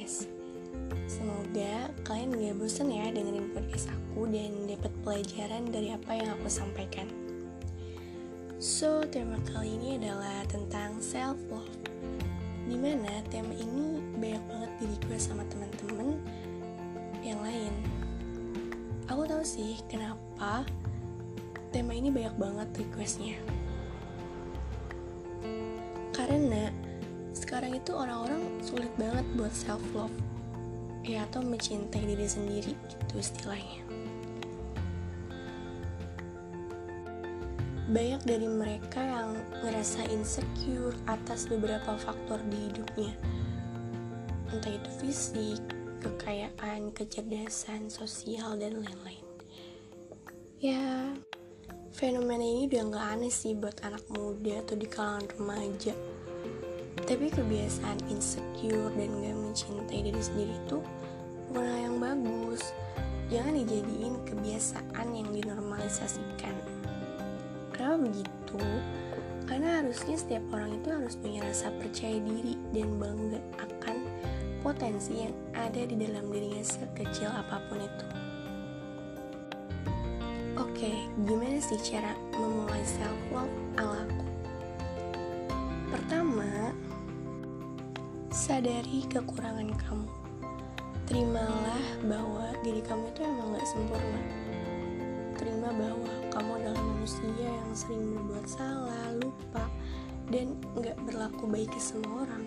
podcast. Semoga kalian gak bosan ya dengerin podcast aku dan dapat pelajaran dari apa yang aku sampaikan. So, tema kali ini adalah tentang self-love, dimana tema ini banyak banget di request sama teman-teman yang lain. Aku tahu sih kenapa tema ini banyak banget requestnya. Karena sekarang itu orang-orang sulit banget buat self-love, ya atau mencintai diri sendiri gitu istilahnya. Banyak dari mereka yang ngerasa insecure atas beberapa faktor di hidupnya, entah itu fisik, kekayaan, kecerdasan, sosial, dan lain-lain. Ya, fenomena ini udah gak aneh sih buat anak muda atau di kalangan remaja. Tapi kebiasaan insecure dan gak mencintai diri sendiri itu bukan hal yang bagus. Jangan dijadiin kebiasaan yang dinormalisasikan. Kenapa begitu? Karena harusnya setiap orang itu harus punya rasa percaya diri dan bangga akan potensi yang ada di dalam dirinya sekecil apapun itu. Oke, gimana sih cara memulai self-love ala aku? Pertama, sadari kekurangan kamu. Terimalah bahwa diri kamu itu emang gak sempurna. Terima bahwa kamu adalah manusia yang sering berbuat salah, lupa, dan gak berlaku baik ke semua orang.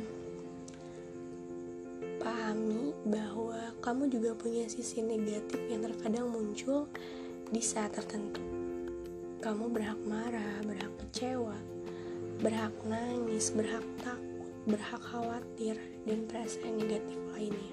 Pahami bahwa kamu juga punya sisi negatif yang terkadang muncul di saat tertentu. Kamu berhak marah, berhak kecewa, berhak nangis, berhak takut, berhak khawatir, dan perasaan negatif lainnya.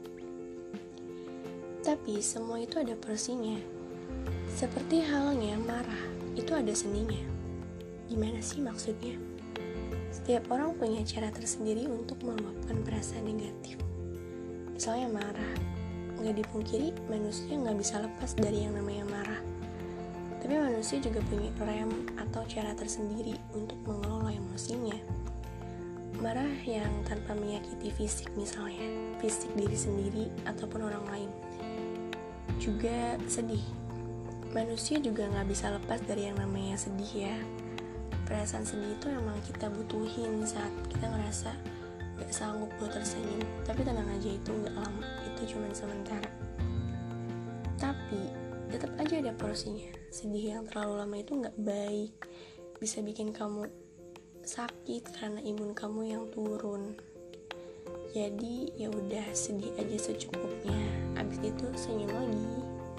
Tapi semua itu ada porsinya. Seperti halnya marah, itu ada seninya. Gimana sih maksudnya? Setiap orang punya cara tersendiri untuk meluapkan perasaan negatif. Misalnya marah, gak dipungkiri manusia gak bisa lepas dari yang namanya marah. Tapi manusia juga punya rem atau cara tersendiri untuk mengelola emosinya. Marah yang tanpa menyakiti fisik misalnya, fisik diri sendiri ataupun orang lain. Juga sedih. Manusia juga gak bisa lepas dari yang namanya sedih ya. Perasaan sedih itu emang kita butuhin saat kita ngerasa gak sanggup buat tersenyum. Tapi tenang aja, itu gak lama, itu cuma sementara. Tapi tetap aja ada porsinya. Sedih yang terlalu lama itu gak baik, bisa bikin kamu sakit karena imun kamu yang turun. Jadi ya udah, sedih aja secukupnya, abis itu senyum lagi.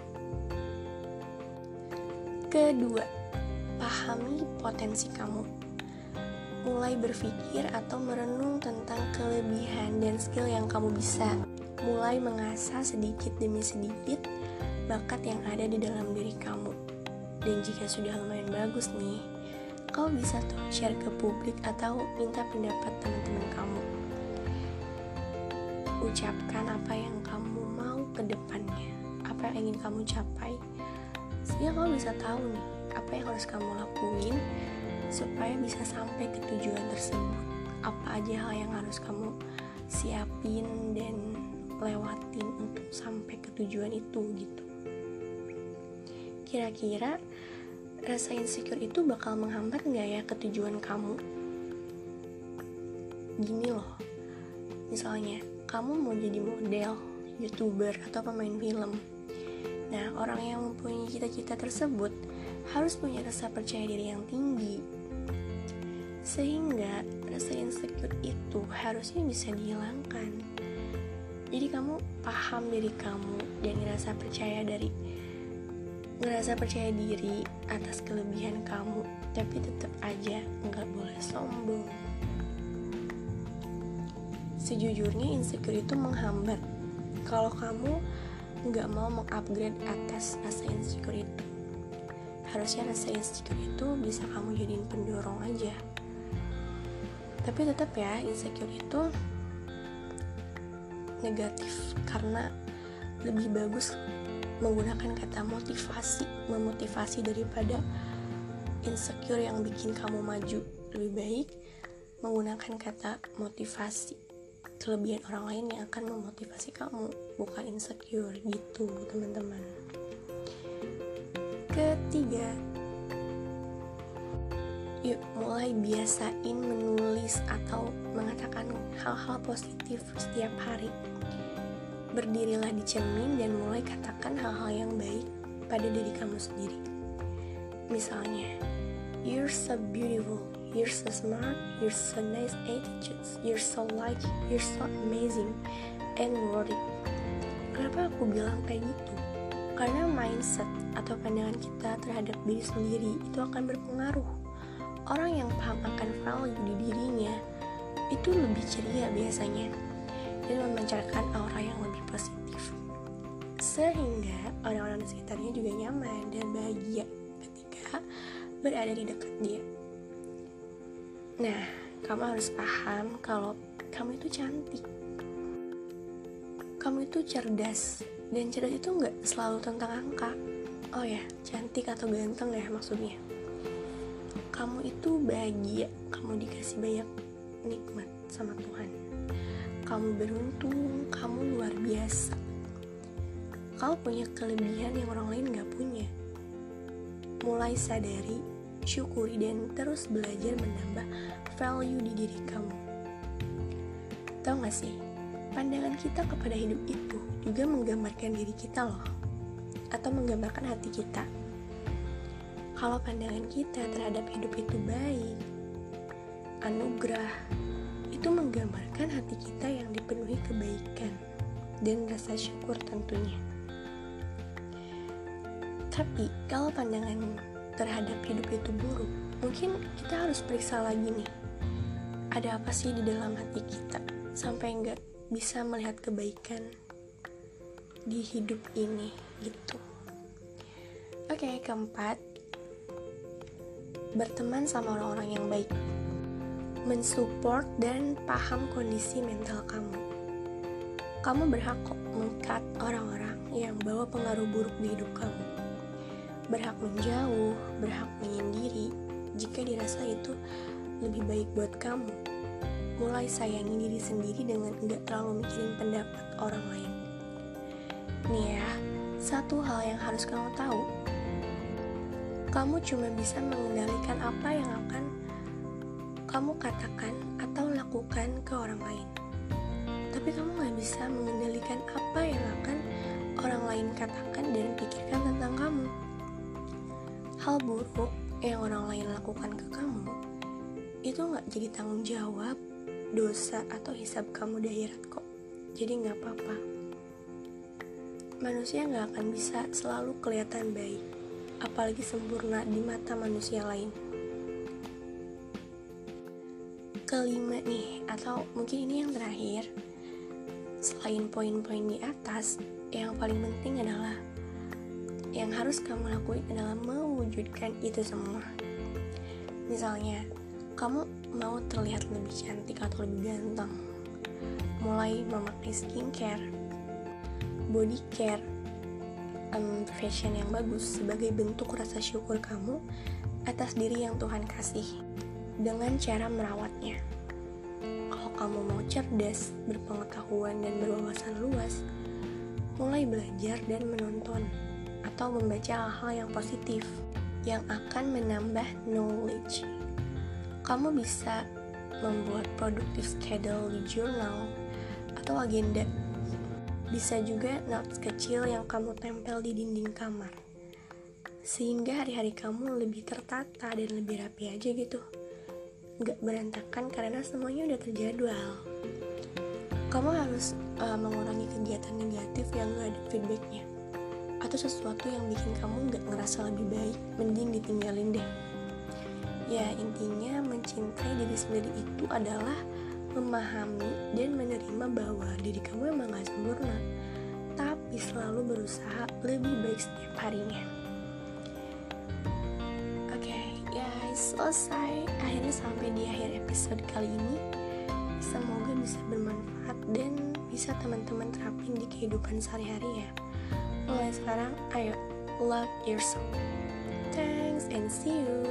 Kedua, pahami potensi kamu. Mulai berpikir atau merenung tentang kelebihan dan skill yang kamu bisa. Mulai mengasah sedikit demi sedikit bakat yang ada di dalam diri kamu. Dan jika sudah lumayan bagus nih, kau bisa tuh share ke publik atau minta pendapat teman-teman kamu. Ucapkan apa yang kamu mau ke depannya, apa yang ingin kamu capai, sehingga kamu bisa tahu nih apa yang harus kamu lakuin supaya bisa sampai ke tujuan tersebut. Apa aja hal yang harus kamu siapin dan lewatin untuk sampai ke tujuan itu gitu. Kira-kira rasa insecure itu bakal menghambat gak ya ke tujuan kamu? Gini loh, misalnya kamu mau jadi model, youtuber, atau pemain film. Nah, orang yang mempunyai cita-cita tersebut harus punya rasa percaya diri yang tinggi, sehingga rasa insecure itu harusnya bisa dihilangkan. Jadi kamu paham diri kamu dan ngerasa percaya diri atas kelebihan kamu, tapi tetap aja nggak boleh sombong. Sejujurnya insecure itu menghambat kalau kamu nggak mau mengupgrade atas rasa insecure itu. Harusnya rasa insecure itu bisa kamu jadiin pendorong aja. Tapi tetap ya, insecure itu negatif karena lebih bagus menggunakan kata motivasi, memotivasi daripada insecure yang bikin kamu maju. Lebih baik menggunakan kata motivasi. kelebihan orang lain yang akan memotivasi kamu, bukan insecure gitu teman-teman. Ketiga, yuk mulai biasain menulis atau mengatakan hal-hal positif setiap hari. Berdirilah di cermin dan mulai katakan hal-hal yang baik pada diri kamu sendiri. Misalnya, you're so beautiful, you're so smart, you're so nice attitudes, you're so lucky, you're so amazing and worthy. Kenapa aku bilang kayak gitu? Karena mindset atau pandangan kita terhadap diri sendiri itu akan berpengaruh. Orang yang paham akan value di dirinya itu lebih ceria biasanya dan memancarkan aura yang lebih positif, sehingga orang-orang di sekitarnya juga nyaman dan bahagia ketika berada di dekat dia. Nah, kamu harus paham kalau kamu itu cantik, kamu itu cerdas, dan cerdas itu nggak selalu tentang angka. Oh ya, cantik atau ganteng ya maksudnya. Kamu itu bahagia, kamu dikasih banyak nikmat sama Tuhan. Kamu beruntung, kamu luar biasa. Kamu punya kelebihan yang orang lain gak punya. Mulai sadari, syukuri, dan terus belajar menambah value di diri kamu. Tahu gak sih, pandangan kita kepada hidup itu juga menggambarkan diri kita loh, atau menggambarkan hati kita. Kalau pandangan kita terhadap hidup itu baik, anugerah, itu menggambarkan hati kita yang dipenuhi kebaikan dan rasa syukur tentunya. Tapi kalau pandangan terhadap hidup itu buruk, mungkin kita harus periksa lagi nih, ada apa sih di dalam hati kita sampai nggak bisa melihat kebaikan di hidup ini gitu. Oke, keempat, berteman sama orang-orang yang baik, mensupport dan paham kondisi mental kamu. Kamu berhak kok meng-cut orang-orang yang bawa pengaruh buruk di hidup kamu. Berhak menjauh, berhak menyendiri jika dirasa itu lebih baik buat kamu. Mulai sayangi diri sendiri dengan gak terlalu mikirin pendapat orang lain. Nih ya, satu hal yang harus kamu tahu, kamu cuma bisa mengendalikan apa yang akan kamu katakan atau lakukan ke orang lain. Tapi kamu gak bisa mengendalikan apa yang akan orang lain katakan dan pikirkan tentang kamu. Hal buruk yang orang lain lakukan ke kamu itu gak jadi tanggung jawab, dosa, atau hisab kamu di akhirat kok. Jadi gak apa-apa. Manusia gak akan bisa selalu kelihatan baik, apalagi sempurna di mata manusia lain. Kelima nih, atau mungkin ini yang terakhir, selain poin-poin di atas, yang paling penting adalah yang harus kamu lakuin adalah mewujudkan itu semua. Misalnya, kamu mau terlihat lebih cantik atau lebih ganteng, mulai memakai skincare, body care, fashion yang bagus sebagai bentuk rasa syukur kamu atas diri yang Tuhan kasih dengan cara merawatnya. Kalau kamu mau cerdas, berpengetahuan, dan berwawasan luas, mulai belajar dan menonton atau membaca hal-hal yang positif yang akan menambah knowledge. Kamu bisa membuat productive schedule di jurnal atau agenda. Bisa juga notes kecil yang kamu tempel di dinding kamar, sehingga hari-hari kamu lebih tertata dan lebih rapi aja gitu. Gak berantakan karena semuanya udah terjadwal. Kamu harus mengurangi kegiatan negatif yang gak ada feedbacknya, atau sesuatu yang bikin kamu gak ngerasa lebih baik, mending ditinggalin deh. Ya, intinya mencintai diri sendiri itu adalah memahami dan menerima bahwa diri kamu emang gak sempurna, tapi selalu berusaha lebih baik setiap harinya. Oke, guys, selesai. Akhirnya sampai di akhir episode kali ini. Semoga bisa bermanfaat dan bisa teman-teman terapin di kehidupan sehari-hari ya. Mulai sekarang, ayo, love yourself. Thanks and see you.